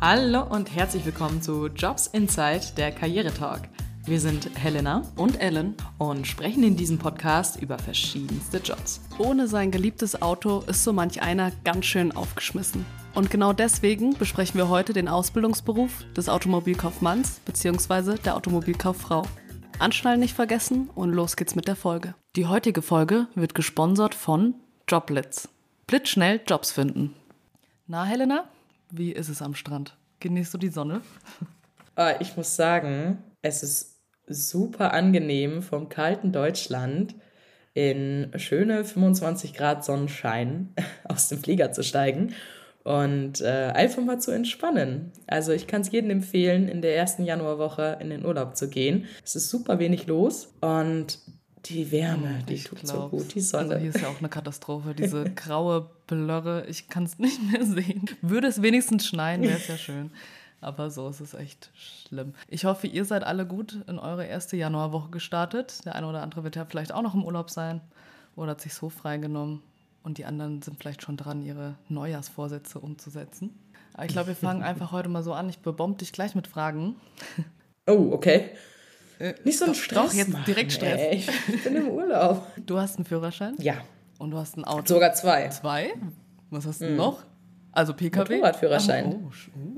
Hallo und herzlich willkommen zu Jobs Inside, der Karrieretalk. Wir sind Helena und Ellen und sprechen in diesem Podcast über verschiedenste Jobs. Ohne sein geliebtes Auto ist so manch einer ganz schön aufgeschmissen. Und genau deswegen besprechen wir heute den Ausbildungsberuf des Automobilkaufmanns bzw. der Automobilkauffrau. Anschnallen nicht vergessen und los geht's mit der Folge. Die heutige Folge wird gesponsert von Jobblitz. Blitzschnell Jobs finden. Na, Helena, wie ist es am Strand? Genießt du die Sonne? Ich muss sagen, es ist super angenehm, vom kalten Deutschland in schöne 25 Grad Sonnenschein aus dem Flieger zu steigen und einfach mal zu entspannen. Also ich kann es jedem empfehlen, in der ersten Januarwoche in den Urlaub zu gehen. Es ist super wenig los und die Wärme, die tut so gut, die Sonne. Also hier ist ja auch eine Katastrophe, diese graue Blöre, ich kann es nicht mehr sehen. Würde es wenigstens schneien, wäre es ja schön. Aber so ist es echt schlimm. Ich hoffe, ihr seid alle gut in eure erste Januarwoche gestartet. Der eine oder andere wird ja vielleicht auch noch im Urlaub sein oder hat sich so freigenommen. Und die anderen sind vielleicht schon dran, ihre Neujahrsvorsätze umzusetzen. Aber ich glaube, wir fangen einfach heute mal so an. Ich bebombe dich gleich mit Fragen. Oh, okay. Nicht so ein Stress Doch, jetzt machen, direkt Stress. Ey. Ich bin im Urlaub. Du hast einen Führerschein? Ja. Und du hast ein Auto? Sogar 2. 2? Was hast du noch? Also PKW? Motorradführerschein.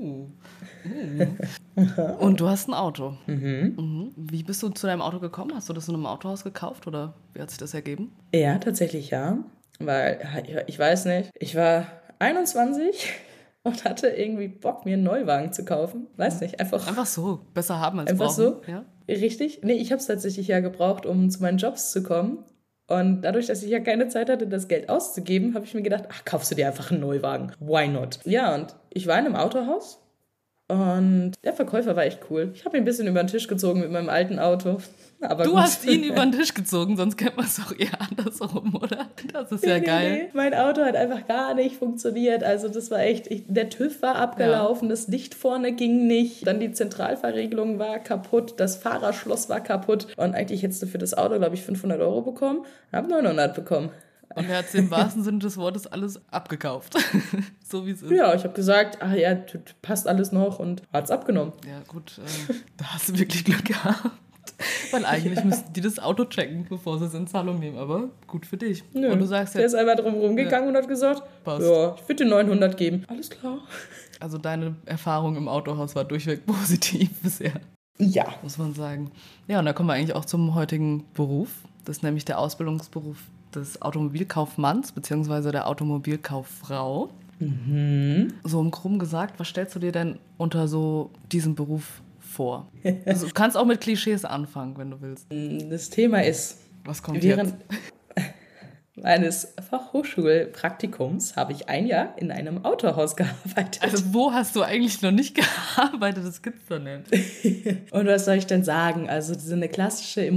Und du hast ein Auto. Mhm. Wie bist du zu deinem Auto gekommen? Hast du das in einem Autohaus gekauft oder wie hat sich das ergeben? Ja, tatsächlich ja. Weil, ich weiß nicht, ich war 21 und hatte irgendwie Bock, mir einen Neuwagen zu kaufen. Weiß nicht, einfach so. Besser haben als einfach brauchen. so. Ja? Richtig? Nee, ich habe es tatsächlich ja gebraucht, um zu meinen Jobs zu kommen. Und dadurch, dass ich ja keine Zeit hatte, das Geld auszugeben, habe ich mir gedacht, ach, kaufst du dir einfach einen Neuwagen. Why not? Ja, und ich war in einem Autohaus und der Verkäufer war echt cool. Ich habe ihn ein bisschen über den Tisch gezogen mit meinem alten Auto. Aber du gut. hast ihn über den Tisch gezogen, sonst kennt man es doch eher andersrum, oder? Das ist ja geil. Nee, mein Auto hat einfach gar nicht funktioniert. Also das war echt, der TÜV war abgelaufen, Das Licht vorne ging nicht. Dann die Zentralverriegelung war kaputt, das Fahrerschloss war kaputt. Und eigentlich hättest du für das Auto, glaube ich, 500 € bekommen. Ich habe 900 bekommen. Und er hat im wahrsten Sinne des Wortes alles abgekauft. So wie es ist. Ja, ich habe gesagt, ach ja, passt alles noch und hat es abgenommen. Ja gut, da hast du wirklich Glück gehabt. Weil eigentlich müssten die das Auto checken, bevor sie es in Zahlung nehmen. Aber gut für dich. Nö, und du sagst der ist einmal drum rumgegangen und hat gesagt, passt. Ja, ich würde dir 900 geben. Alles klar. Also deine Erfahrung im Autohaus war durchweg positiv bisher. Ja. Muss man sagen. Ja, und da kommen wir eigentlich auch zum heutigen Beruf. Das ist nämlich der Ausbildungsberuf des Automobilkaufmanns bzw. der Automobilkauffrau. Mhm. So im Groben gesagt, was stellst du dir denn unter so diesem Beruf vor? Also, du kannst auch mit Klischees anfangen, wenn du willst. Das Thema ist, Was kommt während jetzt? meines Fachhochschulpraktikums habe ich ein Jahr in einem Autohaus gearbeitet. Also wo hast du eigentlich noch nicht gearbeitet? Das gibt's doch nicht. Und was soll ich denn sagen? Also so eine klassische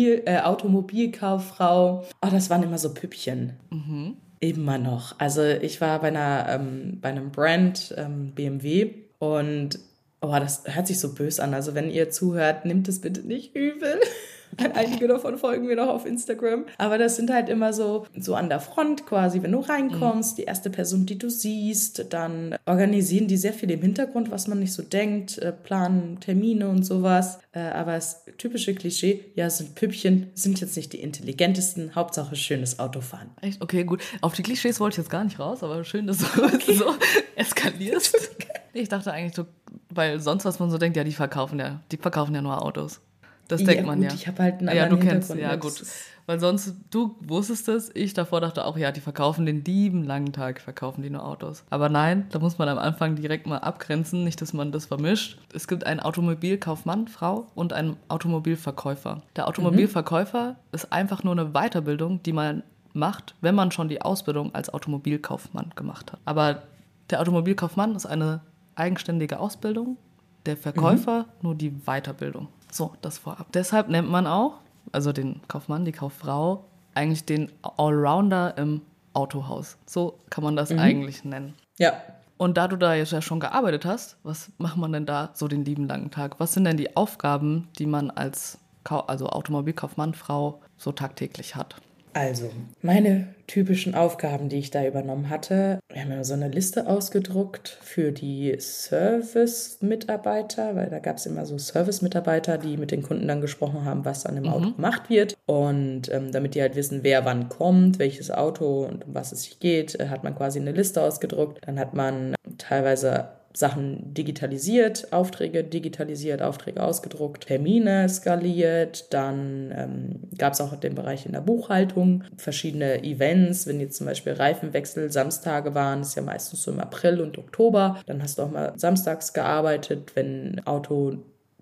Automobilkauffrau. Oh, das waren immer so Püppchen. Mhm. Immer noch. Also ich war bei einem Brand, BMW, und das hört sich so böse an. Also wenn ihr zuhört, nehmt es bitte nicht übel. Einige davon folgen mir noch auf Instagram. Aber das sind halt immer so an der Front quasi, wenn du reinkommst, die erste Person, die du siehst, dann organisieren die sehr viel im Hintergrund, was man nicht so denkt, planen Termine und sowas. Aber das typische Klischee, ja, sind Püppchen, sind jetzt nicht die intelligentesten, Hauptsache schönes Autofahren. Echt? Okay, gut. Auf die Klischees wollte ich jetzt gar nicht raus, aber schön, dass du so eskalierst. Ich dachte eigentlich so, weil sonst, was man so denkt, ja, die verkaufen ja nur Autos. Das denkt man ja. Ich habe halt einen Ja, du anderen kennst, Hintergrund. ja gut. Weil sonst, du wusstest es, ich davor dachte auch, ja, die verkaufen den lieben langen Tag, verkaufen die nur Autos. Aber nein, da muss man am Anfang direkt mal abgrenzen, nicht, dass man das vermischt. Es gibt einen Automobilkaufmann, Frau, und einen Automobilverkäufer. Der Automobilverkäufer ist einfach nur eine Weiterbildung, die man macht, wenn man schon die Ausbildung als Automobilkaufmann gemacht hat. Aber der Automobilkaufmann ist eine eigenständige Ausbildung, der Verkäufer nur die Weiterbildung. So, das vorab. Deshalb nennt man auch, also den Kaufmann, die Kauffrau, eigentlich den Allrounder im Autohaus. So kann man das eigentlich nennen. Ja. Und da du da jetzt ja schon gearbeitet hast, was macht man denn da so den lieben langen Tag? Was sind denn die Aufgaben, die man als Automobilkaufmann, Frau so tagtäglich hat? Also, meine typischen Aufgaben, die ich da übernommen hatte, wir haben ja so eine Liste ausgedruckt für die Service-Mitarbeiter, weil da gab es immer so Service-Mitarbeiter, die mit den Kunden dann gesprochen haben, was an dem Auto gemacht wird. Und damit die halt wissen, wer wann kommt, welches Auto und um was es sich geht, hat man quasi eine Liste ausgedruckt. Dann hat man teilweise Sachen digitalisiert, Aufträge ausgedruckt, Termine skaliert, dann gab es auch den Bereich in der Buchhaltung, verschiedene Events, wenn jetzt zum Beispiel Reifenwechsel Samstage waren, ist ja meistens so im April und Oktober, dann hast du auch mal samstags gearbeitet, wenn Auto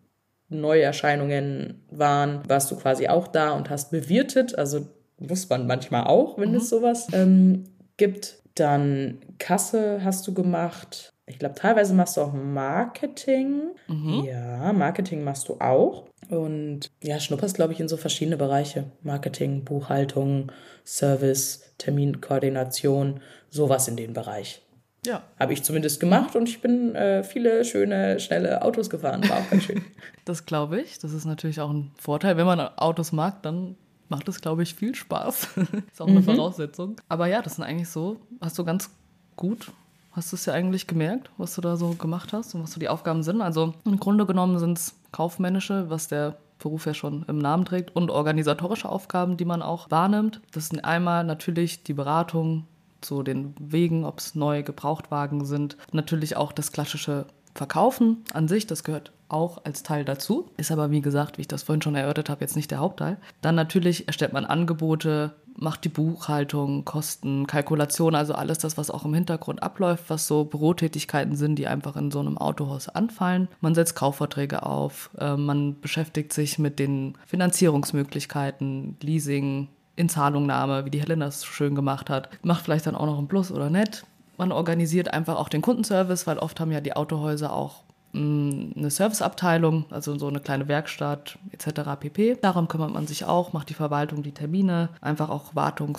Neuerscheinungen waren, warst du quasi auch da und hast bewirtet, also muss man manchmal auch, wenn es sowas gibt. Dann Kasse hast du gemacht. Ich glaube, teilweise machst du auch Marketing. Ja, Marketing machst du auch. Und ja, schnupperst, glaube ich, in so verschiedene Bereiche. Marketing, Buchhaltung, Service, Terminkoordination, sowas in den Bereich. Ja. Habe ich zumindest gemacht und ich bin viele schöne, schnelle Autos gefahren. War auch ganz schön. Das glaube ich. Das ist natürlich auch ein Vorteil. Wenn man Autos mag, dann macht es, glaube ich, viel Spaß. Ist auch eine Voraussetzung. Aber ja, das sind eigentlich so, hast du ganz gut, hast du es ja eigentlich gemerkt, was du da so gemacht hast und was so die Aufgaben sind. Also im Grunde genommen sind es kaufmännische, was der Beruf ja schon im Namen trägt, und organisatorische Aufgaben, die man auch wahrnimmt. Das sind einmal natürlich die Beratung zu den Wegen, ob es neue Gebrauchtwagen sind. Natürlich auch das klassische Verkaufen an sich, das gehört auch als Teil dazu. Ist aber, wie gesagt, wie ich das vorhin schon erörtert habe, jetzt nicht der Hauptteil. Dann natürlich erstellt man Angebote, macht die Buchhaltung, Kosten, Kalkulation, also alles das, was auch im Hintergrund abläuft, was so Bürotätigkeiten sind, die einfach in so einem Autohaus anfallen. Man setzt Kaufverträge auf, man beschäftigt sich mit den Finanzierungsmöglichkeiten, Leasing, Inzahlungnahme, wie die Helena es schön gemacht hat. Macht vielleicht dann auch noch ein Plus oder nicht. Man organisiert einfach auch den Kundenservice, weil oft haben ja die Autohäuser auch eine Serviceabteilung, also so eine kleine Werkstatt etc. pp. Darum kümmert man sich auch, macht die Verwaltung, die Termine, einfach auch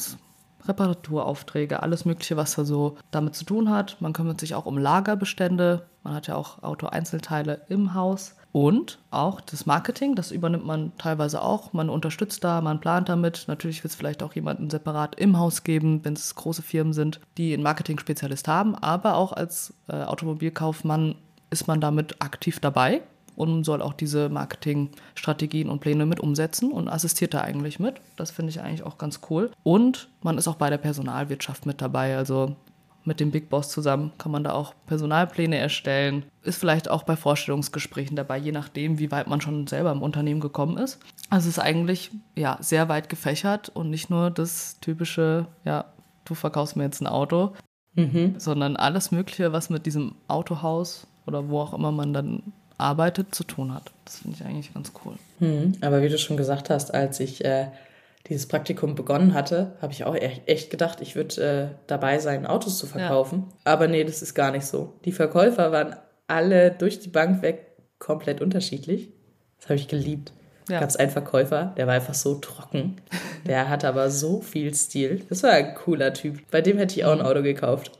Reparaturaufträge, alles Mögliche, was da so damit zu tun hat. Man kümmert sich auch um Lagerbestände, man hat ja auch Auto-Einzelteile im Haus. Und auch das Marketing, das übernimmt man teilweise auch. Man unterstützt da, man plant damit. Natürlich wird es vielleicht auch jemanden separat im Haus geben, wenn es große Firmen sind, die einen Marketing-Spezialist haben. Aber auch als Automobilkaufmann ist man damit aktiv dabei und soll auch diese Marketingstrategien und Pläne mit umsetzen und assistiert da eigentlich mit. Das finde ich eigentlich auch ganz cool. Und man ist auch bei der Personalwirtschaft mit dabei, also mit dem Big Boss zusammen kann man da auch Personalpläne erstellen. Ist vielleicht auch bei Vorstellungsgesprächen dabei, je nachdem, wie weit man schon selber im Unternehmen gekommen ist. Also es ist eigentlich ja sehr weit gefächert und nicht nur das typische, ja, du verkaufst mir jetzt ein Auto, sondern alles Mögliche, was mit diesem Autohaus oder wo auch immer man dann arbeitet, zu tun hat. Das finde ich eigentlich ganz cool. Aber wie du schon gesagt hast, als ich dieses Praktikum begonnen hatte, habe ich auch echt gedacht, ich würde dabei sein, Autos zu verkaufen. Ja. Aber nee, das ist gar nicht so. Die Verkäufer waren alle durch die Bank weg komplett unterschiedlich. Das habe ich geliebt. Ja. Gab es einen Verkäufer, der war einfach so trocken. Der hatte aber so viel Stil. Das war ein cooler Typ. Bei dem hätte ich auch ein Auto gekauft.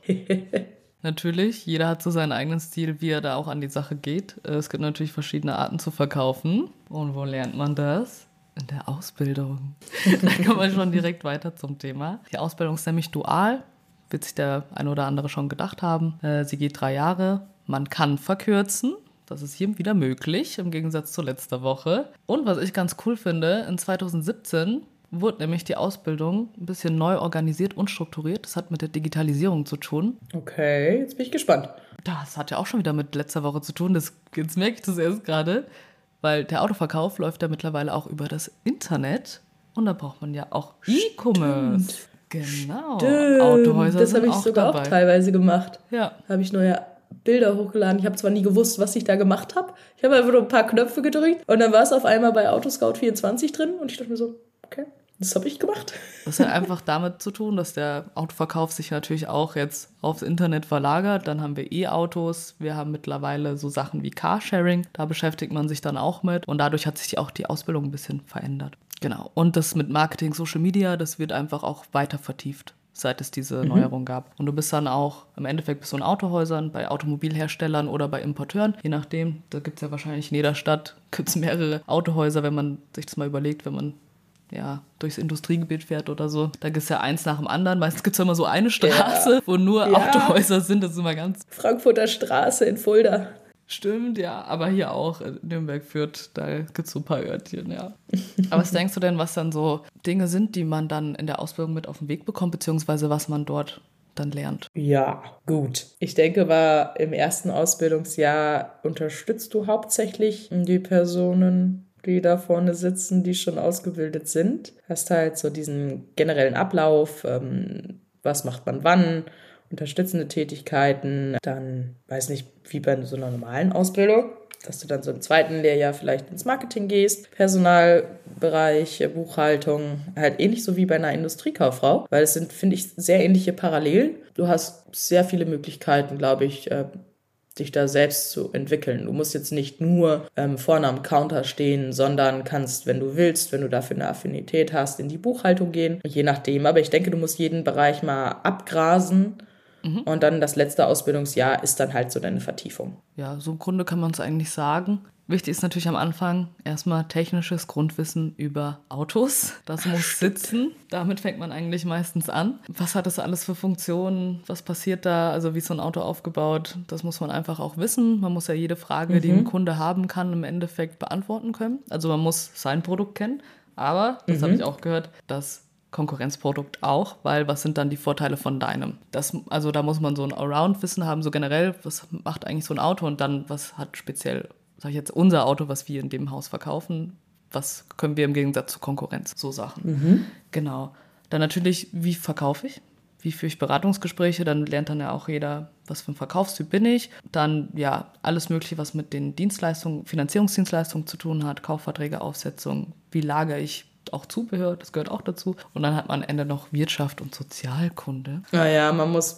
Natürlich, jeder hat so seinen eigenen Stil, wie er da auch an die Sache geht. Es gibt natürlich verschiedene Arten zu verkaufen. Und wo lernt man das? In der Ausbildung. Da kommen wir schon direkt weiter zum Thema. Die Ausbildung ist nämlich dual, wird sich der ein oder andere schon gedacht haben. Sie geht 3 Jahre. Man kann verkürzen. Das ist hier wieder möglich, im Gegensatz zu letzter Woche. Und was ich ganz cool finde, in 2017 wurde nämlich die Ausbildung ein bisschen neu organisiert und strukturiert. Das hat mit der Digitalisierung zu tun. Okay, jetzt bin ich gespannt. Das hat ja auch schon wieder mit letzter Woche zu tun. Jetzt merke ich das erst gerade. Weil der Autoverkauf läuft ja mittlerweile auch über das Internet. Und da braucht man ja auch E-Commerce. Genau. Stimmt. Autohäuser das sind habe ich auch sogar dabei. Auch teilweise gemacht. Ja. Habe ich neue Bilder hochgeladen. Ich habe zwar nie gewusst, was ich da gemacht habe. Ich habe einfach nur ein paar Knöpfe gedrückt. Und dann war es auf einmal bei Autoscout24 drin. Und ich dachte mir so, okay, das habe ich gemacht. Das hat einfach damit zu tun, dass der Autoverkauf sich natürlich auch jetzt aufs Internet verlagert. Dann haben wir E-Autos. Wir haben mittlerweile so Sachen wie Carsharing. Da beschäftigt man sich dann auch mit. Und dadurch hat sich auch die Ausbildung ein bisschen verändert. Genau. Und das mit Marketing, Social Media, das wird einfach auch weiter vertieft, seit es diese Neuerung gab. Und du bist dann auch, im Endeffekt bist du in Autohäusern, bei Automobilherstellern oder bei Importeuren. Je nachdem, da gibt es ja wahrscheinlich in jeder Stadt gibt's mehrere Autohäuser, wenn man sich das mal überlegt, wenn man durchs Industriegebiet fährt oder so. Da gibt es ja eins nach dem anderen. Meistens gibt es immer so eine Straße, wo nur Autohäuser sind. Das ist immer ganz... Frankfurter Straße in Fulda. Stimmt, ja. Aber hier auch in Nürnberg, Fürth, da gibt es so ein paar Örtchen, ja. Aber was denkst du denn, was dann so Dinge sind, die man dann in der Ausbildung mit auf den Weg bekommt, beziehungsweise was man dort dann lernt? Ja, gut. Ich denke, im ersten Ausbildungsjahr unterstützt du hauptsächlich die Personen, die da vorne sitzen, die schon ausgebildet sind. Hast halt so diesen generellen Ablauf, was macht man wann, unterstützende Tätigkeiten, dann, weiß nicht, wie bei so einer normalen Ausbildung, dass du dann so im zweiten Lehrjahr vielleicht ins Marketing gehst, Personalbereich, Buchhaltung, halt ähnlich so wie bei einer Industriekauffrau, weil es sind, finde ich, sehr ähnliche Parallelen. Du hast sehr viele Möglichkeiten, glaube ich, dich da selbst zu entwickeln. Du musst jetzt nicht nur vorne am Counter stehen, sondern kannst, wenn du willst, wenn du dafür eine Affinität hast, in die Buchhaltung gehen, je nachdem. Aber ich denke, du musst jeden Bereich mal abgrasen. Und dann das letzte Ausbildungsjahr ist dann halt so deine Vertiefung. Ja, so im Grunde kann man es eigentlich sagen. Wichtig ist natürlich am Anfang erstmal technisches Grundwissen über Autos. Das muss sitzen. Damit fängt man eigentlich meistens an. Was hat das alles für Funktionen? Was passiert da? Also wie ist so ein Auto aufgebaut? Das muss man einfach auch wissen. Man muss ja jede Frage, die ein Kunde haben kann, im Endeffekt beantworten können. Also man muss sein Produkt kennen. Aber, das habe ich auch gehört, das Konkurrenzprodukt auch, weil was sind dann die Vorteile von deinem? Also da muss man so ein Allround-Wissen haben, so generell, was macht eigentlich so ein Auto und dann, was hat speziell, sag ich jetzt, unser Auto, was wir in dem Haus verkaufen, was können wir im Gegensatz zur Konkurrenz, so Sachen. Genau. Dann natürlich, wie verkaufe ich? Wie führe ich Beratungsgespräche? Dann lernt dann ja auch jeder, was für ein Verkaufstyp bin ich. Dann ja, alles Mögliche, was mit den Dienstleistungen, Finanzierungsdienstleistungen zu tun hat, Kaufverträge, Aufsetzung, wie lagere ich auch Zubehör, das gehört auch dazu. Und dann hat man am Ende noch Wirtschaft und Sozialkunde. Naja, man muss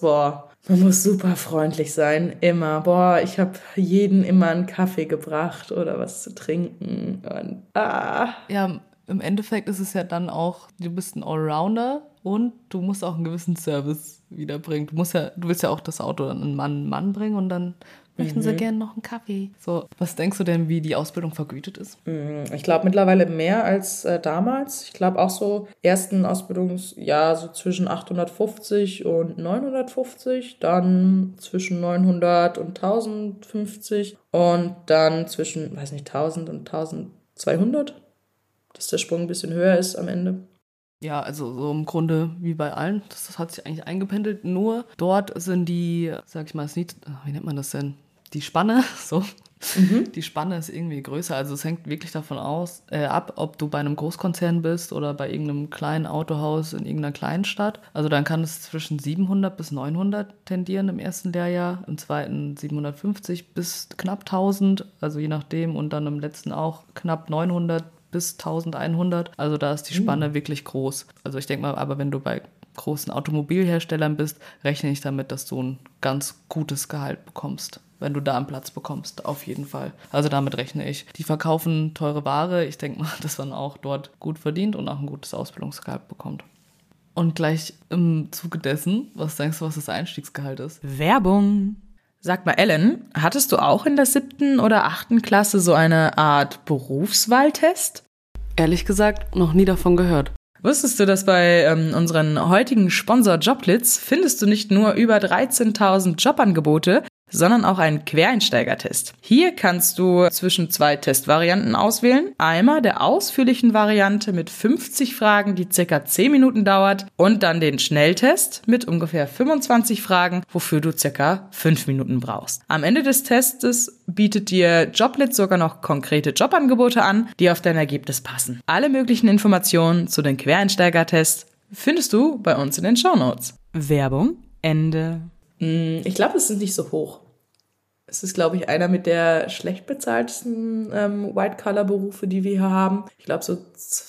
super freundlich sein, immer. Ich habe jeden immer einen Kaffee gebracht oder was zu trinken. Und, Ja, im Endeffekt ist es ja dann auch, du bist ein Allrounder und du musst auch einen gewissen Service wiederbringen. Du willst ja auch das Auto dann einen Mann bringen und dann möchten sie gerne noch einen Kaffee. So, was denkst du denn, wie die Ausbildung vergütet ist? Ich glaube mittlerweile mehr als damals. Ich glaube auch so ersten Ausbildungsjahr so zwischen 850 und 950, dann zwischen 900 und 1050 und dann zwischen, 1000 und 1200, dass der Sprung ein bisschen höher ist am Ende. Ja, also so im Grunde wie bei allen, das hat sich eigentlich eingependelt, nur dort sind die, sag ich mal, wie nennt man das denn? Die Spanne, so. Die Spanne ist irgendwie größer, also es hängt wirklich davon ab, ob du bei einem Großkonzern bist oder bei irgendeinem kleinen Autohaus in irgendeiner kleinen Stadt. Also dann kann es zwischen 700 bis 900 tendieren im ersten Lehrjahr, im zweiten 750 bis knapp 1000, also je nachdem, und dann im letzten auch knapp 900 bis 1100. Also da ist die Spanne wirklich groß. Also ich denke mal, aber wenn du bei großen Automobilherstellern bist, rechne ich damit, dass du ein ganz gutes Gehalt bekommst, wenn du da einen Platz bekommst, auf jeden Fall. Also damit rechne ich. Die verkaufen teure Ware. Ich denke mal, dass man auch dort gut verdient und auch ein gutes Ausbildungsgehalt bekommt. Und gleich im Zuge dessen, was denkst du, was das Einstiegsgehalt ist? Werbung. Sag mal, Ellen, hattest du auch in der 7. oder 8. Klasse so eine Art Berufswahltest? Ehrlich gesagt, noch nie davon gehört. Wusstest du, dass bei unseren heutigen Sponsor Joblitz findest du nicht nur über 13.000 Jobangebote, sondern auch einen Quereinsteigertest. Hier kannst du zwischen 2 Testvarianten auswählen. Einmal der ausführlichen Variante mit 50 Fragen, die ca. 10 Minuten dauert, und dann den Schnelltest mit ungefähr 25 Fragen, wofür du ca. 5 Minuten brauchst. Am Ende des Testes bietet dir Joblitz sogar noch konkrete Jobangebote an, die auf dein Ergebnis passen. Alle möglichen Informationen zu den Quereinsteigertests findest du bei uns in den Shownotes. Werbung, Ende. Ich glaube, es sind nicht so hoch. Es ist, glaube ich, einer mit der schlecht bezahltesten White-Collar-Berufe, die wir hier haben. Ich glaube, so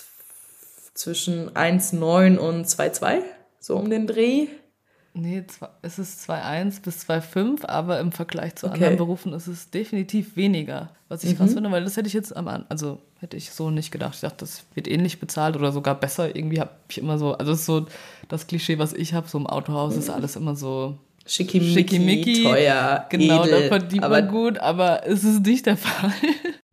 zwischen 1,9 und 2,2, so um den Dreh. Nee, es ist 2,1 bis 2,5, aber im Vergleich zu anderen Berufen ist es definitiv weniger. Was ich krass finde, weil das hätte ich jetzt hätte ich so nicht gedacht. Ich dachte, das wird ähnlich bezahlt oder sogar besser. Irgendwie habe ich immer so, also es ist so das Klischee, was ich habe, so im Autohaus ist alles immer so schickimicki, teuer, genau, edel, da verdient man gut, aber es ist nicht der Fall.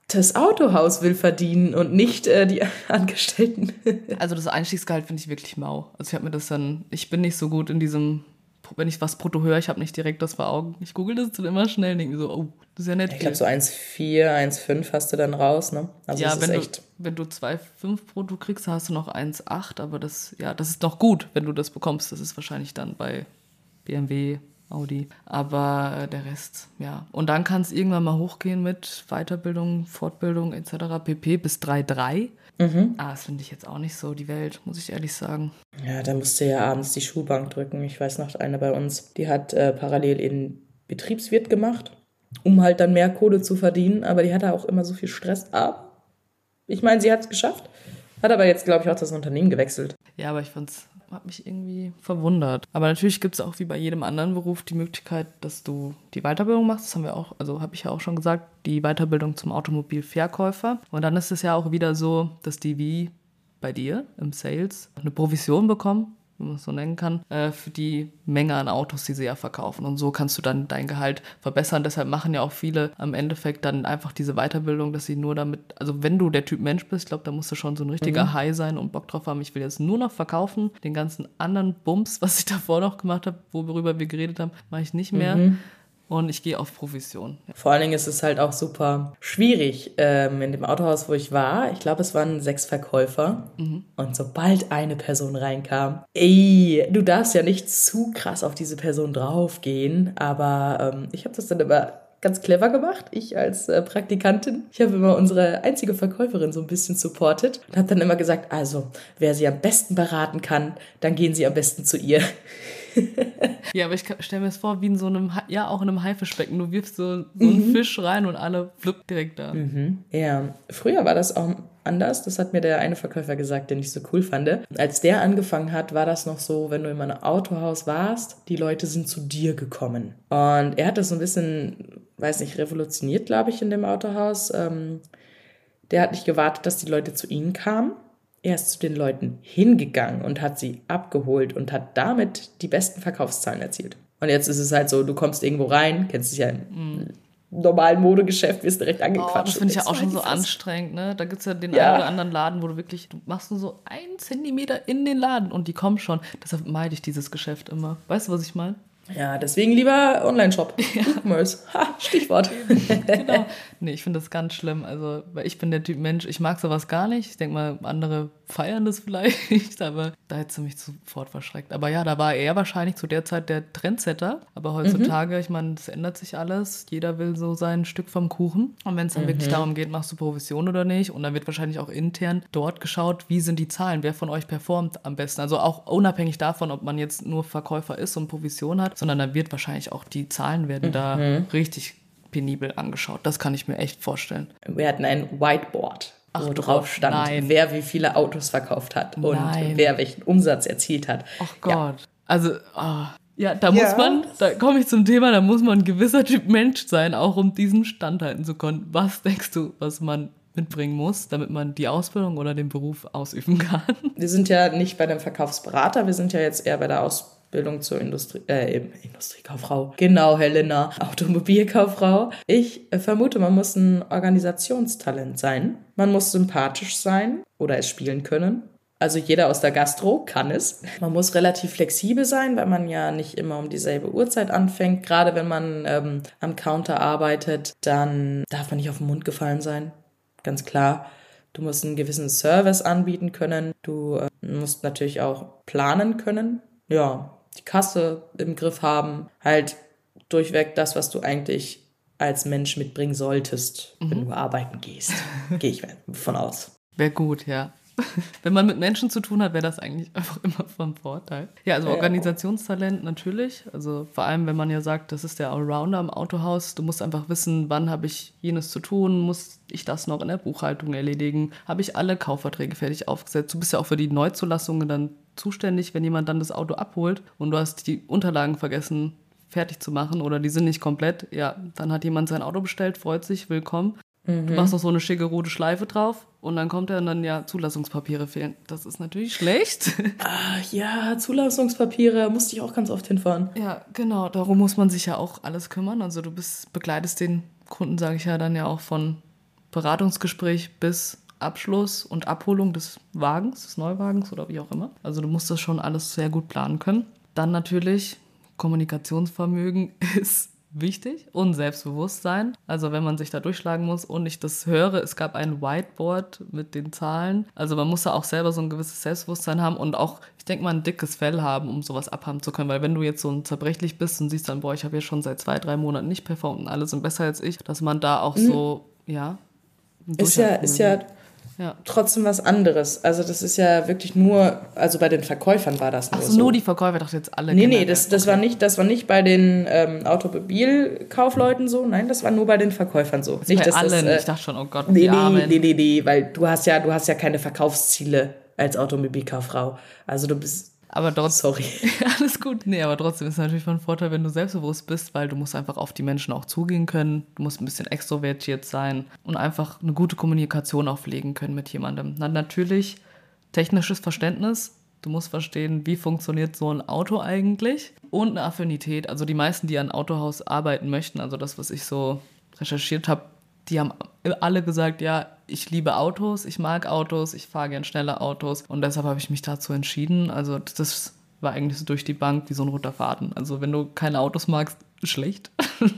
das Autohaus will verdienen und nicht die Angestellten. Also das Einstiegsgehalt finde ich wirklich mau. Also ich bin nicht so gut in diesem, wenn ich was brutto höre, ich habe nicht direkt das vor Augen. Ich google das dann immer schnell und denke mir so, oh, das ist ja nett. Ich glaube, so 1,4, 1,5 hast du dann raus, ne? Also ja, das ist echt... wenn du 2,5 brutto kriegst, dann hast du noch 1,8, aber das ist noch gut, wenn du das bekommst. Das ist wahrscheinlich dann bei BMW, Audi, aber der Rest, ja. Und dann kann es irgendwann mal hochgehen mit Weiterbildung, Fortbildung etc. pp. Bis 3,3. Das finde ich jetzt auch nicht so die Welt, muss ich ehrlich sagen. Ja, da musst du ja abends die Schulbank drücken. Ich weiß noch, eine bei uns, die hat parallel in Betriebswirt gemacht, um halt dann mehr Kohle zu verdienen, aber die hatte auch immer so viel Stress. Aber ich meine, sie hat es geschafft, hat aber jetzt, glaube ich, auch das Unternehmen gewechselt. Ja, aber hat mich irgendwie verwundert. Aber natürlich gibt es auch wie bei jedem anderen Beruf die Möglichkeit, dass du die Weiterbildung machst. Das haben wir auch, also habe ich ja auch schon gesagt, die Weiterbildung zum Automobilverkäufer. Und dann ist es ja auch wieder so, dass die wie bei dir im Sales eine Provision bekommen, wenn man es so nennen kann, für die Menge an Autos, die sie ja verkaufen. Und so kannst du dann dein Gehalt verbessern. Deshalb machen ja auch viele am Endeffekt dann einfach diese Weiterbildung, dass sie nur damit, also wenn du der Typ Mensch bist, ich glaube, da musst du schon so ein richtiger High sein und Bock drauf haben. Ich will jetzt nur noch verkaufen. Den ganzen anderen Bums, was ich davor noch gemacht habe, worüber wir geredet haben, mache ich nicht mehr. Und ich gehe auf Provision. Ja. Vor allen Dingen ist es halt auch super schwierig in dem Autohaus, wo ich war. Ich glaube, es waren 6 Verkäufer. Und sobald eine Person reinkam, du darfst ja nicht zu krass auf diese Person draufgehen. Aber ich habe das dann immer ganz clever gemacht. Ich als Praktikantin. Ich habe immer unsere einzige Verkäuferin so ein bisschen supportet. Und habe dann immer gesagt, also, wer sie am besten beraten kann, dann gehen sie am besten zu ihr. Ja, aber ich stelle mir das vor, wie in so einem, auch in einem Haifischbecken. Du wirfst so einen Fisch rein und alle flippen direkt da. Ja, früher war das auch anders. Das hat mir der eine Verkäufer gesagt, den ich so cool fand. Als der angefangen hat, war das noch so, wenn du in einem Autohaus warst, die Leute sind zu dir gekommen. Und er hat das so ein bisschen, weiß nicht, revolutioniert, glaube ich, in dem Autohaus. Der hat nicht gewartet, dass die Leute zu ihm kamen. Er ist zu den Leuten hingegangen und hat sie abgeholt und hat damit die besten Verkaufszahlen erzielt. Und jetzt ist es halt so, du kommst irgendwo rein, kennst dich ja im normalen Modegeschäft, wirst direkt angequatscht. Das finde ich ja auch schon so anstrengend, ne? Da gibt es ja den einen oder anderen Laden, wo du machst nur so 1 Zentimeter in den Laden und die kommen schon. Deshalb meide ich dieses Geschäft immer. Weißt du, was ich meine? Ja, deswegen lieber Online-Shop. E-Commerce. Stichwort. Genau. Nee, ich finde das ganz schlimm. Also, weil ich bin der Typ Mensch, ich mag sowas gar nicht. Ich denke mal, andere feiern das vielleicht, aber da hättest du mich sofort verschreckt. Aber ja, da war er wahrscheinlich zu der Zeit der Trendsetter. Aber heutzutage, ich meine, das ändert sich alles. Jeder will so sein Stück vom Kuchen. Und wenn es dann wirklich darum geht, machst du Provision oder nicht? Und dann wird wahrscheinlich auch intern dort geschaut, wie sind die Zahlen? Wer von euch performt am besten? Also auch unabhängig davon, ob man jetzt nur Verkäufer ist und Provision hat, sondern da wird wahrscheinlich auch die Zahlen werden da richtig penibel angeschaut. Das kann ich mir echt vorstellen. Wir hatten ein Whiteboard, wo drauf stand, wer wie viele Autos verkauft hat und wer welchen Umsatz erzielt hat. Ach Gott. Ja. Also, ja, da komme ich zum Thema, da muss man ein gewisser Typ Mensch sein, auch um diesen Stand halten zu können. Was denkst du, was man mitbringen muss, damit man die Ausbildung oder den Beruf ausüben kann? Wir sind ja nicht bei einem Verkaufsberater, wir sind ja jetzt eher bei der Ausbildung zur Industriekauffrau. Genau, Helena, Automobilkauffrau. Ich vermute, man muss ein Organisationstalent sein. Man muss sympathisch sein oder es spielen können. Also jeder aus der Gastro kann es. Man muss relativ flexibel sein, weil man ja nicht immer um dieselbe Uhrzeit anfängt. Gerade wenn man am Counter arbeitet, dann darf man nicht auf den Mund gefallen sein. Ganz klar. Du musst einen gewissen Service anbieten können. Du musst natürlich auch planen können. Ja, die Kasse im Griff haben. Halt durchweg das, was du eigentlich als Mensch mitbringen solltest, wenn du arbeiten gehst. Gehe ich von aus. Wäre gut, ja. Wenn man mit Menschen zu tun hat, wäre das eigentlich einfach immer von Vorteil. Ja, also Organisationstalent natürlich. Also vor allem, wenn man ja sagt, das ist der Allrounder im Autohaus. Du musst einfach wissen, wann habe ich jenes zu tun, muss ich das noch in der Buchhaltung erledigen, habe ich alle Kaufverträge fertig aufgesetzt. Du bist ja auch für die Neuzulassungen dann zuständig, wenn jemand dann das Auto abholt und du hast die Unterlagen vergessen fertig zu machen oder die sind nicht komplett. Ja, dann hat jemand sein Auto bestellt, freut sich, willkommen. Du machst noch so eine schicke rote Schleife drauf und dann kommt er und dann, ja, Zulassungspapiere fehlen. Das ist natürlich schlecht. Ja, Zulassungspapiere, musste ich auch ganz oft hinfahren. Ja, genau, darum muss man sich ja auch alles kümmern. Also du begleitest den Kunden, sage ich ja, dann ja auch von Beratungsgespräch bis Abschluss und Abholung des Wagens, des Neuwagens oder wie auch immer. Also du musst das schon alles sehr gut planen können. Dann natürlich Kommunikationsvermögen ist wichtig und Selbstbewusstsein. Also wenn man sich da durchschlagen muss und ich das höre, es gab ein Whiteboard mit den Zahlen. Also man muss da auch selber so ein gewisses Selbstbewusstsein haben und auch, ich denke mal, ein dickes Fell haben, um sowas abhaben zu können. Weil wenn du jetzt so zerbrechlich bist und siehst dann, boah, ich habe ja schon seit 2-3 Monaten nicht performt und alle sind besser als ich, dass man da auch so, ja. Ist ja trotzdem was anderes. Also das ist ja wirklich nur, also bei den Verkäufern war das nur so. Nur die Verkäufer, ich dachte jetzt alle. Nee, das war nicht bei den Automobilkaufleuten so. Nein, das war nur bei den Verkäufern so. Nicht bei allen. Ich dachte schon, oh Gott, nee, weil du hast ja keine Verkaufsziele als Automobilkauffrau. Also du bist... Aber trotzdem, sorry. Alles gut. Nee, aber trotzdem ist es natürlich von Vorteil, wenn du selbstbewusst bist, weil du musst einfach auf die Menschen auch zugehen können. Du musst ein bisschen extrovertiert sein und einfach eine gute Kommunikation auch pflegen können mit jemandem. Dann natürlich technisches Verständnis. Du musst verstehen, wie funktioniert so ein Auto eigentlich und eine Affinität. Also die meisten, die an Autohaus arbeiten möchten, also das, was ich so recherchiert habe, die haben alle gesagt, ja, ich liebe Autos, ich mag Autos, ich fahre gern schnelle Autos und deshalb habe ich mich dazu entschieden. Also das war eigentlich so durch die Bank wie so ein roter Faden. Also wenn du keine Autos magst, schlecht.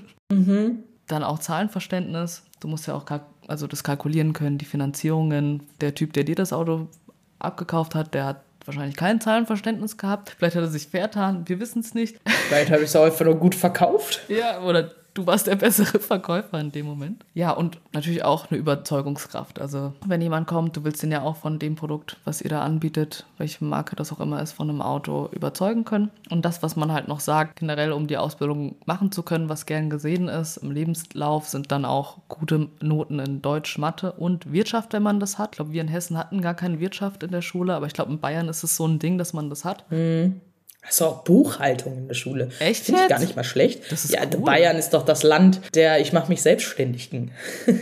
Dann auch Zahlenverständnis. Du musst ja auch das kalkulieren können, die Finanzierungen. Der Typ, der dir das Auto abgekauft hat, der hat wahrscheinlich kein Zahlenverständnis gehabt. Vielleicht hat er sich vertan, wir wissen es nicht. Vielleicht habe ich es auch einfach nur gut verkauft. Ja, oder du warst der bessere Verkäufer in dem Moment. Ja, und natürlich auch eine Überzeugungskraft. Also wenn jemand kommt, du willst den ja auch von dem Produkt, was ihr da anbietet, welche Marke das auch immer ist, von einem Auto überzeugen können. Und das, was man halt noch sagt, generell, um die Ausbildung machen zu können, was gern gesehen ist, im Lebenslauf sind dann auch gute Noten in Deutsch, Mathe und Wirtschaft, wenn man das hat. Ich glaube, wir in Hessen hatten gar keine Wirtschaft in der Schule, aber ich glaube, in Bayern ist es so ein Ding, dass man das hat. Hast du auch Buchhaltung in der Schule? Echt? Finde ich gar nicht mal schlecht. Das ist ja, cool. Bayern ist doch das Land der ich mache mich selbstständig ging.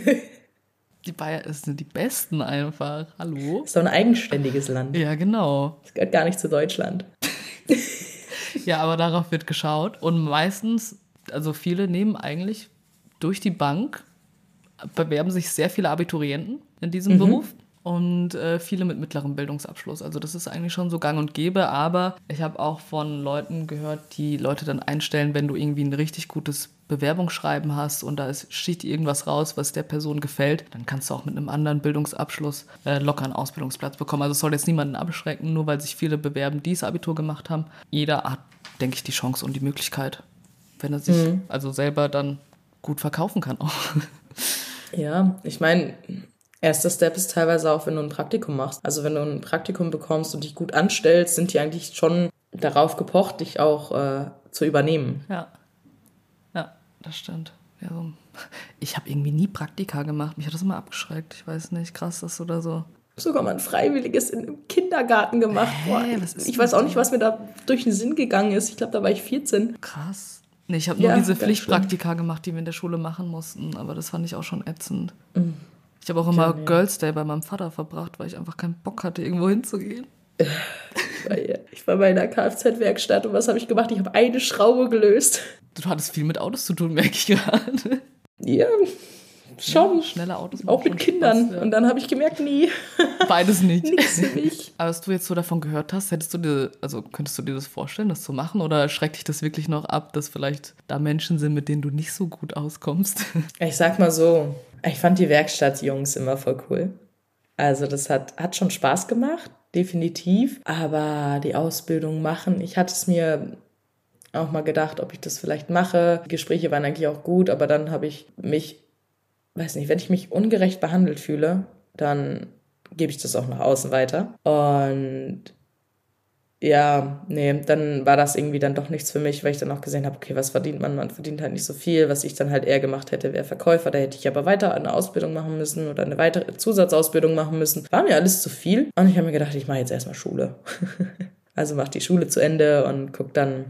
Die Bayern sind die Besten einfach. Hallo? Ist doch ein eigenständiges Land. Ja, genau. Das gehört gar nicht zu Deutschland. Ja, aber darauf wird geschaut. Und meistens, also viele nehmen eigentlich durch die Bank, bewerben sich sehr viele Abiturienten in diesem Beruf. Und viele mit mittlerem Bildungsabschluss. Also das ist eigentlich schon so gang und gäbe, aber ich habe auch von Leuten gehört, die Leute dann einstellen, wenn du irgendwie ein richtig gutes Bewerbungsschreiben hast und da sticht irgendwas raus, was der Person gefällt, dann kannst du auch mit einem anderen Bildungsabschluss locker einen Ausbildungsplatz bekommen. Also es soll jetzt niemanden abschrecken, nur weil sich viele bewerben, die das Abitur gemacht haben. Jeder hat, denke ich, die Chance und die Möglichkeit, wenn er sich also selber dann gut verkaufen kann auch. Ja, ich meine... Erster Step ist teilweise auch, wenn du ein Praktikum machst. Also wenn du ein Praktikum bekommst und dich gut anstellst, sind die eigentlich schon darauf gepocht, dich auch zu übernehmen. Ja, das stimmt. Ja, so. Ich habe irgendwie nie Praktika gemacht. Mich hat das immer abgeschreckt. Ich weiß nicht, krass, das oder so. Sogar mal ein Freiwilliges im Kindergarten gemacht. Ich weiß auch nicht, was mir da durch den Sinn gegangen ist. Ich glaube, da war ich 14. Krass. Nee, ich habe nur diese Pflichtpraktika gemacht, die wir in der Schule machen mussten. Aber das fand ich auch schon ätzend. Ich habe auch immer Girls Day bei meinem Vater verbracht, weil ich einfach keinen Bock hatte, irgendwo hinzugehen. Ich war bei einer Kfz-Werkstatt und was habe ich gemacht? Ich habe eine Schraube gelöst. Du hattest viel mit Autos zu tun, merke ich gerade. Ja, schon. Ja, schnelle Autos. Auch mit Kindern. Spaß, ja. Und dann habe ich gemerkt, nie. Beides nicht. Nichts für mich. Aber was du jetzt so davon gehört hast, könntest du dir das vorstellen, das zu machen? Oder schreckt dich das wirklich noch ab, dass vielleicht da Menschen sind, mit denen du nicht so gut auskommst? Ich sag mal so, ich fand die Werkstattjungs immer voll cool. Also das hat schon Spaß gemacht, definitiv. Aber die Ausbildung machen, ich hatte es mir auch mal gedacht, ob ich das vielleicht mache. Die Gespräche waren eigentlich auch gut, aber dann habe ich mich, weiß nicht, wenn ich mich ungerecht behandelt fühle, dann gebe ich das auch nach außen weiter. Und ja, nee, dann war das irgendwie dann doch nichts für mich, weil ich dann auch gesehen habe, okay, was verdient man? Man verdient halt nicht so viel. Was ich dann halt eher gemacht hätte, wäre Verkäufer. Da hätte ich aber weiter eine Ausbildung machen müssen oder eine weitere Zusatzausbildung machen müssen. War mir alles zu viel. Und ich habe mir gedacht, ich mache jetzt erstmal Schule. Also mach die Schule zu Ende und guck dann,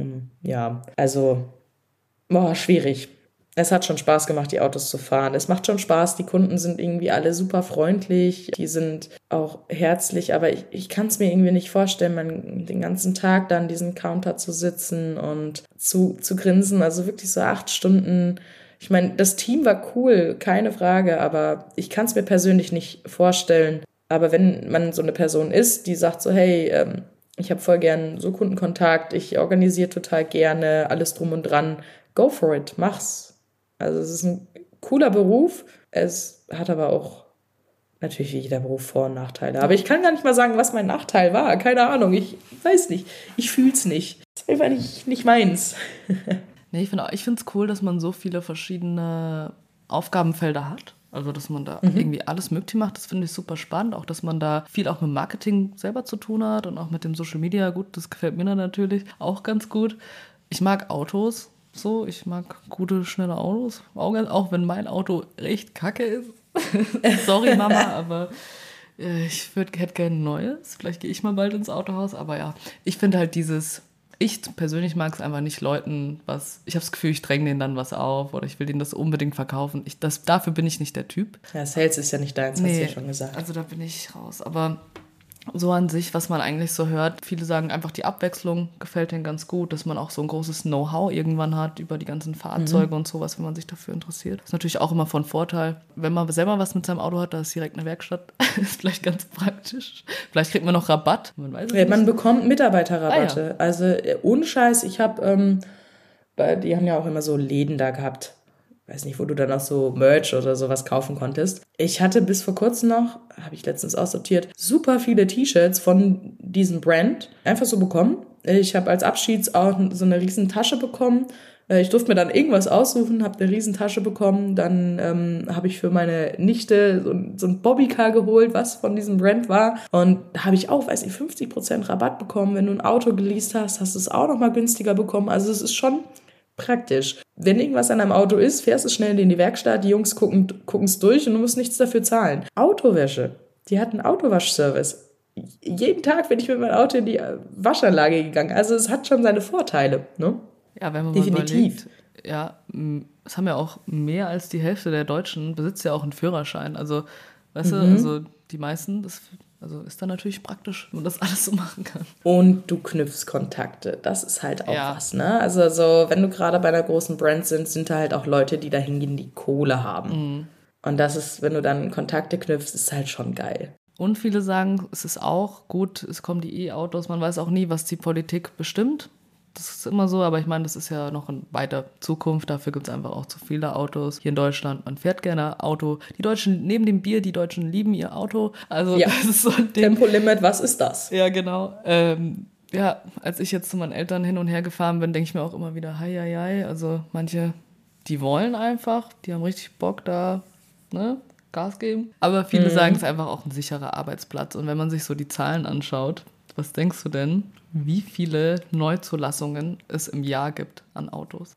schwierig. Es hat schon Spaß gemacht, die Autos zu fahren. Es macht schon Spaß, die Kunden sind irgendwie alle super freundlich, die sind auch herzlich, aber ich kann es mir irgendwie nicht vorstellen, den ganzen Tag da an diesem Counter zu sitzen und zu grinsen, also wirklich so 8 Stunden. Ich meine, das Team war cool, keine Frage, aber ich kann es mir persönlich nicht vorstellen. Aber wenn man so eine Person ist, die sagt so, hey, ich habe voll gern so Kundenkontakt, ich organisiere total gerne, alles drum und dran, go for it, mach's. Also es ist ein cooler Beruf, es hat aber auch natürlich wie jeder Beruf Vor- und Nachteile. Aber ich kann gar nicht mal sagen, was mein Nachteil war. Keine Ahnung, ich weiß nicht. Ich fühl's nicht. Das ist einfach nicht meins. Nee, ich finde es cool, dass man so viele verschiedene Aufgabenfelder hat. Also, dass man da irgendwie alles möglich macht. Das finde ich super spannend. Auch, dass man da viel auch mit Marketing selber zu tun hat und auch mit dem Social Media. Gut, das gefällt mir dann natürlich auch ganz gut. Ich mag Autos. So, ich mag gute, schnelle Autos. Auch wenn mein Auto echt kacke ist. Sorry, Mama, aber ich hätte gerne ein neues. Vielleicht gehe ich mal bald ins Autohaus. Aber ja, ich finde halt ich persönlich mag es einfach nicht Leuten ich habe das Gefühl, ich dränge denen dann was auf oder ich will denen das unbedingt verkaufen. Dafür bin ich nicht der Typ. Ja, Sales ist ja nicht deins, hast du ja schon gesagt. Also da bin ich raus. Aber so an sich, was man eigentlich so hört, viele sagen einfach, die Abwechslung gefällt denen ganz gut, dass man auch so ein großes Know-how irgendwann hat über die ganzen Fahrzeuge und sowas, wenn man sich dafür interessiert. Das ist natürlich auch immer von Vorteil. Wenn man selber was mit seinem Auto hat, da ist direkt eine Werkstatt, ist vielleicht ganz praktisch. Vielleicht kriegt man noch Rabatt, man weiß es nicht. Man bekommt Mitarbeiterrabatte. Ja. Also ohne Scheiß, ich habe, die haben ja auch immer so Läden da gehabt. Weiß nicht, wo du dann auch so Merch oder sowas kaufen konntest. Ich hatte bis vor kurzem noch, habe ich letztens aussortiert, super viele T-Shirts von diesem Brand einfach so bekommen. Ich habe als Abschieds auch so eine riesen Tasche bekommen. Ich durfte mir dann irgendwas aussuchen, habe eine riesen Tasche bekommen. Dann habe ich für meine Nichte so ein Bobbycar geholt, was von diesem Brand war. Und da habe ich auch, 50% Rabatt bekommen. Wenn du ein Auto geleast hast, hast du es auch nochmal günstiger bekommen. Also es ist schon praktisch. Wenn irgendwas an einem Auto ist, fährst du schnell in die Werkstatt, die Jungs gucken es durch und du musst nichts dafür zahlen. Autowäsche, die hat einen Autowaschservice. Jeden Tag bin ich mit meinem Auto in die Waschanlage gegangen. Also es hat schon seine Vorteile, ne? Ja, wenn man definitiv mal überlegt, ja, es haben ja auch mehr als die Hälfte der Deutschen besitzt ja auch einen Führerschein. Also, weißt du, also die meisten, ist dann natürlich praktisch, wenn man das alles so machen kann. Und du knüpfst Kontakte. Das ist halt auch was, ne? Also so, wenn du gerade bei einer großen Brand sind da halt auch Leute, die da hingehen, die Kohle haben. Und das ist, wenn du dann Kontakte knüpfst, ist halt schon geil. Und viele sagen, es ist auch gut, es kommen die E-Autos, man weiß auch nie, was die Politik bestimmt. Das ist immer so, aber ich meine, das ist ja noch in weiter Zukunft. Dafür gibt es einfach auch zu viele Autos. Hier in Deutschland, man fährt gerne Auto. Die Deutschen, neben dem Bier, die Deutschen lieben ihr Auto. Also ja. Das ist so ein Ding. Tempolimit, was ist das? Ja, genau. Als ich jetzt zu meinen Eltern hin und her gefahren bin, denke ich mir auch immer wieder, hei. Also manche, die wollen einfach, die haben richtig Bock da, ne? Gas geben. Aber viele sagen, es ist einfach auch ein sicherer Arbeitsplatz. Und wenn man sich so die Zahlen anschaut, was denkst du denn, wie viele Neuzulassungen es im Jahr gibt an Autos?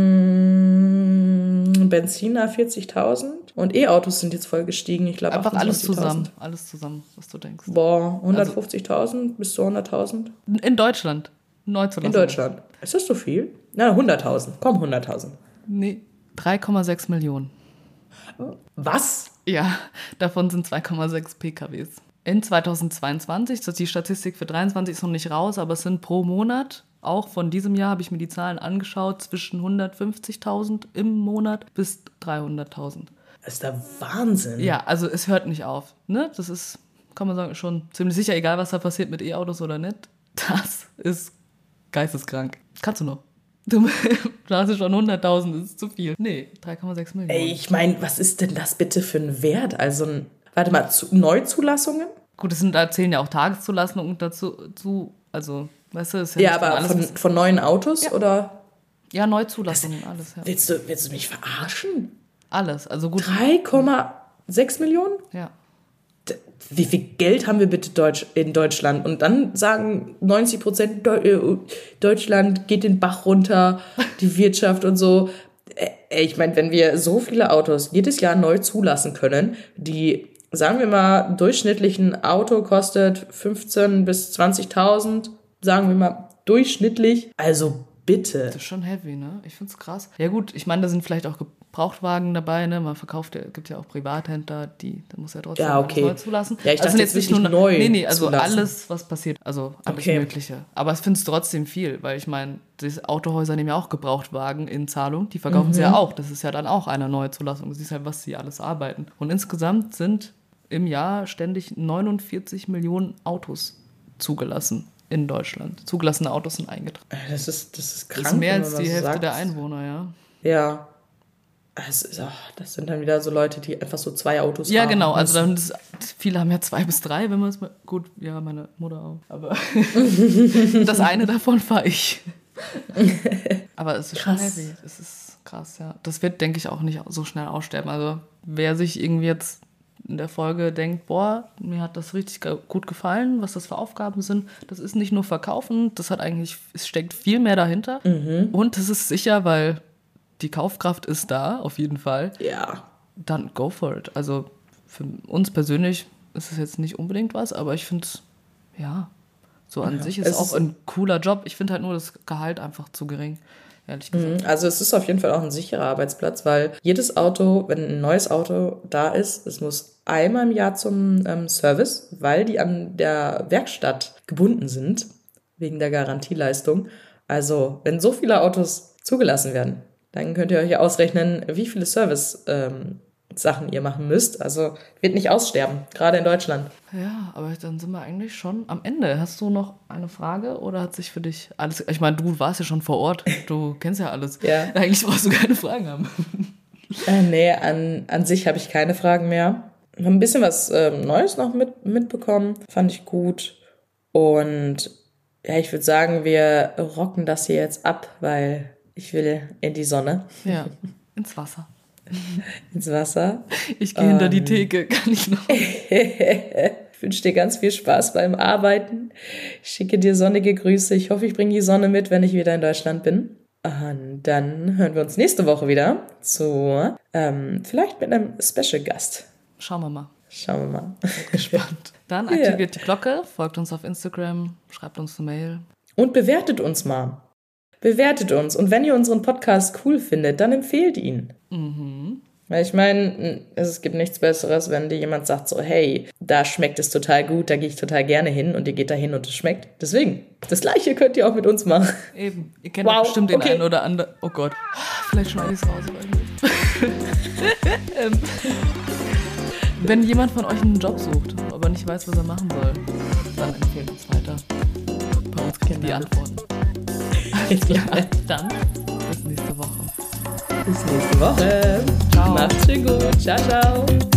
Benziner 40.000 und E-Autos sind jetzt voll gestiegen. Ich glaube, einfach alles zusammen, was du denkst. Boah, 150.000 bis zu 100.000? In Deutschland, Neuzulassungen. In Deutschland. Ist das so viel? Na, 100.000. Komm, 100.000. Nee, 3,6 Millionen. Was? Ja, davon sind 2,6 PKWs. In 2022, die Statistik für 2023 ist noch nicht raus, aber es sind pro Monat, auch von diesem Jahr habe ich mir die Zahlen angeschaut, zwischen 150.000 im Monat bis 300.000. Das ist der Wahnsinn. Ja, also es hört nicht auf. Ne? Das ist, kann man sagen, schon ziemlich sicher, egal was da passiert mit E-Autos oder nicht. Das ist geisteskrank. Kannst du noch? Du hast ja schon 100.000, das ist zu viel. Nee, 3,6 Millionen. Ey, ich meine, was ist denn das bitte für ein Wert? Also, warte mal, Neuzulassungen? Gut, da zählen ja auch Tageszulassungen dazu, also, weißt du, ist ja aber alles, von neuen Autos, ja. Oder? Ja, Neuzulassungen, alles, ja. Willst du mich verarschen? Alles, also gut. 3,6 Millionen? Ja. Wie viel Geld haben wir bitte in Deutschland? Und dann sagen 90% Deutschland geht den Bach runter, die Wirtschaft und so. Ich meine, wenn wir so viele Autos jedes Jahr neu zulassen können, die, sagen wir mal, durchschnittlich ein Auto kostet 15.000 bis 20.000, sagen wir mal durchschnittlich. Also bitte. Das ist schon heavy, ne? Ich find's krass. Ja gut, ich meine, da sind vielleicht auch Gebrauchtwagen dabei, ne? Man verkauft, gibt ja auch Privathändler, da muss ja trotzdem okay. neu zulassen. Ja, ich dachte jetzt nicht nur neu. Nee, also zulassen. alles, was passiert, also alles Mögliche. Aber ich finde es trotzdem viel, weil ich meine, diese Autohäuser nehmen ja auch Gebrauchtwagen in Zahlung, die verkaufen sie ja auch. Das ist ja dann auch eine neue Zulassung. Du siehst halt, was sie alles arbeiten. Und insgesamt sind im Jahr ständig 49 Millionen Autos zugelassen in Deutschland. Zugelassene Autos sind eingetragen. Das ist krank. Das ist mehr als die Hälfte der Einwohner, ja. Ja. Das sind dann wieder so Leute, die einfach so 2 Autos haben. Ja, genau. Also dann viele haben ja 2 bis 3, wenn man es mal... Gut, ja, meine Mutter auch. Aber das eine davon fahre ich. Aber es ist schon heavy. Es ist krass, ja. Das wird, denke ich, auch nicht so schnell aussterben. Also wer sich irgendwie jetzt in der Folge denkt, boah, mir hat das richtig gut gefallen, was das für Aufgaben sind. Das ist nicht nur Verkaufen, es steckt viel mehr dahinter. Und es ist sicher, weil die Kaufkraft ist da, auf jeden Fall. Ja. Dann go for it. Also für uns persönlich ist es jetzt nicht unbedingt was, aber ich finde es, ja, so an sich ist es auch ein cooler Job. Ich finde halt nur das Gehalt einfach zu gering, ehrlich gesagt. Also es ist auf jeden Fall auch ein sicherer Arbeitsplatz, weil jedes Auto, wenn ein neues Auto da ist, es muss einmal im Jahr zum Service, weil die an der Werkstatt gebunden sind, wegen der Garantieleistung. Also wenn so viele Autos zugelassen werden, dann könnt ihr euch ja ausrechnen, wie viele Service-Sachen ihr machen müsst. Also wird nicht aussterben, gerade in Deutschland. Ja, aber dann sind wir eigentlich schon am Ende. Hast du noch eine Frage oder hat sich für dich alles... Ich meine, du warst ja schon vor Ort, du kennst ja alles. Ja. Eigentlich brauchst du keine Fragen haben. Nee, an sich habe ich keine Fragen mehr. Ich habe ein bisschen was Neues noch mitbekommen, fand ich gut. Und ja, ich würde sagen, wir rocken das hier jetzt ab, weil ich will in die Sonne. Ja, ins Wasser. Ins Wasser. Ich gehe hinter die Theke, kann ich noch. Ich wünsche dir ganz viel Spaß beim Arbeiten. Ich schicke dir sonnige Grüße. Ich hoffe, ich bringe die Sonne mit, wenn ich wieder in Deutschland bin. Und dann hören wir uns nächste Woche wieder zu, vielleicht mit einem Special-Gast. Schauen wir mal. Seid gespannt. Dann aktiviert die Glocke, folgt uns auf Instagram, schreibt uns eine Mail. Und bewertet uns mal. Bewertet uns. Und wenn ihr unseren Podcast cool findet, dann empfehlt ihn. Weil ich meine, es gibt nichts Besseres, wenn dir jemand sagt so, hey, da schmeckt es total gut, da gehe ich total gerne hin und ihr geht da hin und es schmeckt. Deswegen, das Gleiche könnt ihr auch mit uns machen. Eben. Ihr kennt auch bestimmt den einen oder anderen. Oh Gott. Vielleicht schneide ich es raus. Wenn jemand von euch einen Job sucht, aber nicht weiß, was er machen soll, dann empfehlt uns weiter. Bei uns kriegt ihr die Antworten. Dann bis nächste Woche. Bis nächste Woche. Ciao. Macht's schön gut. Ciao, ciao.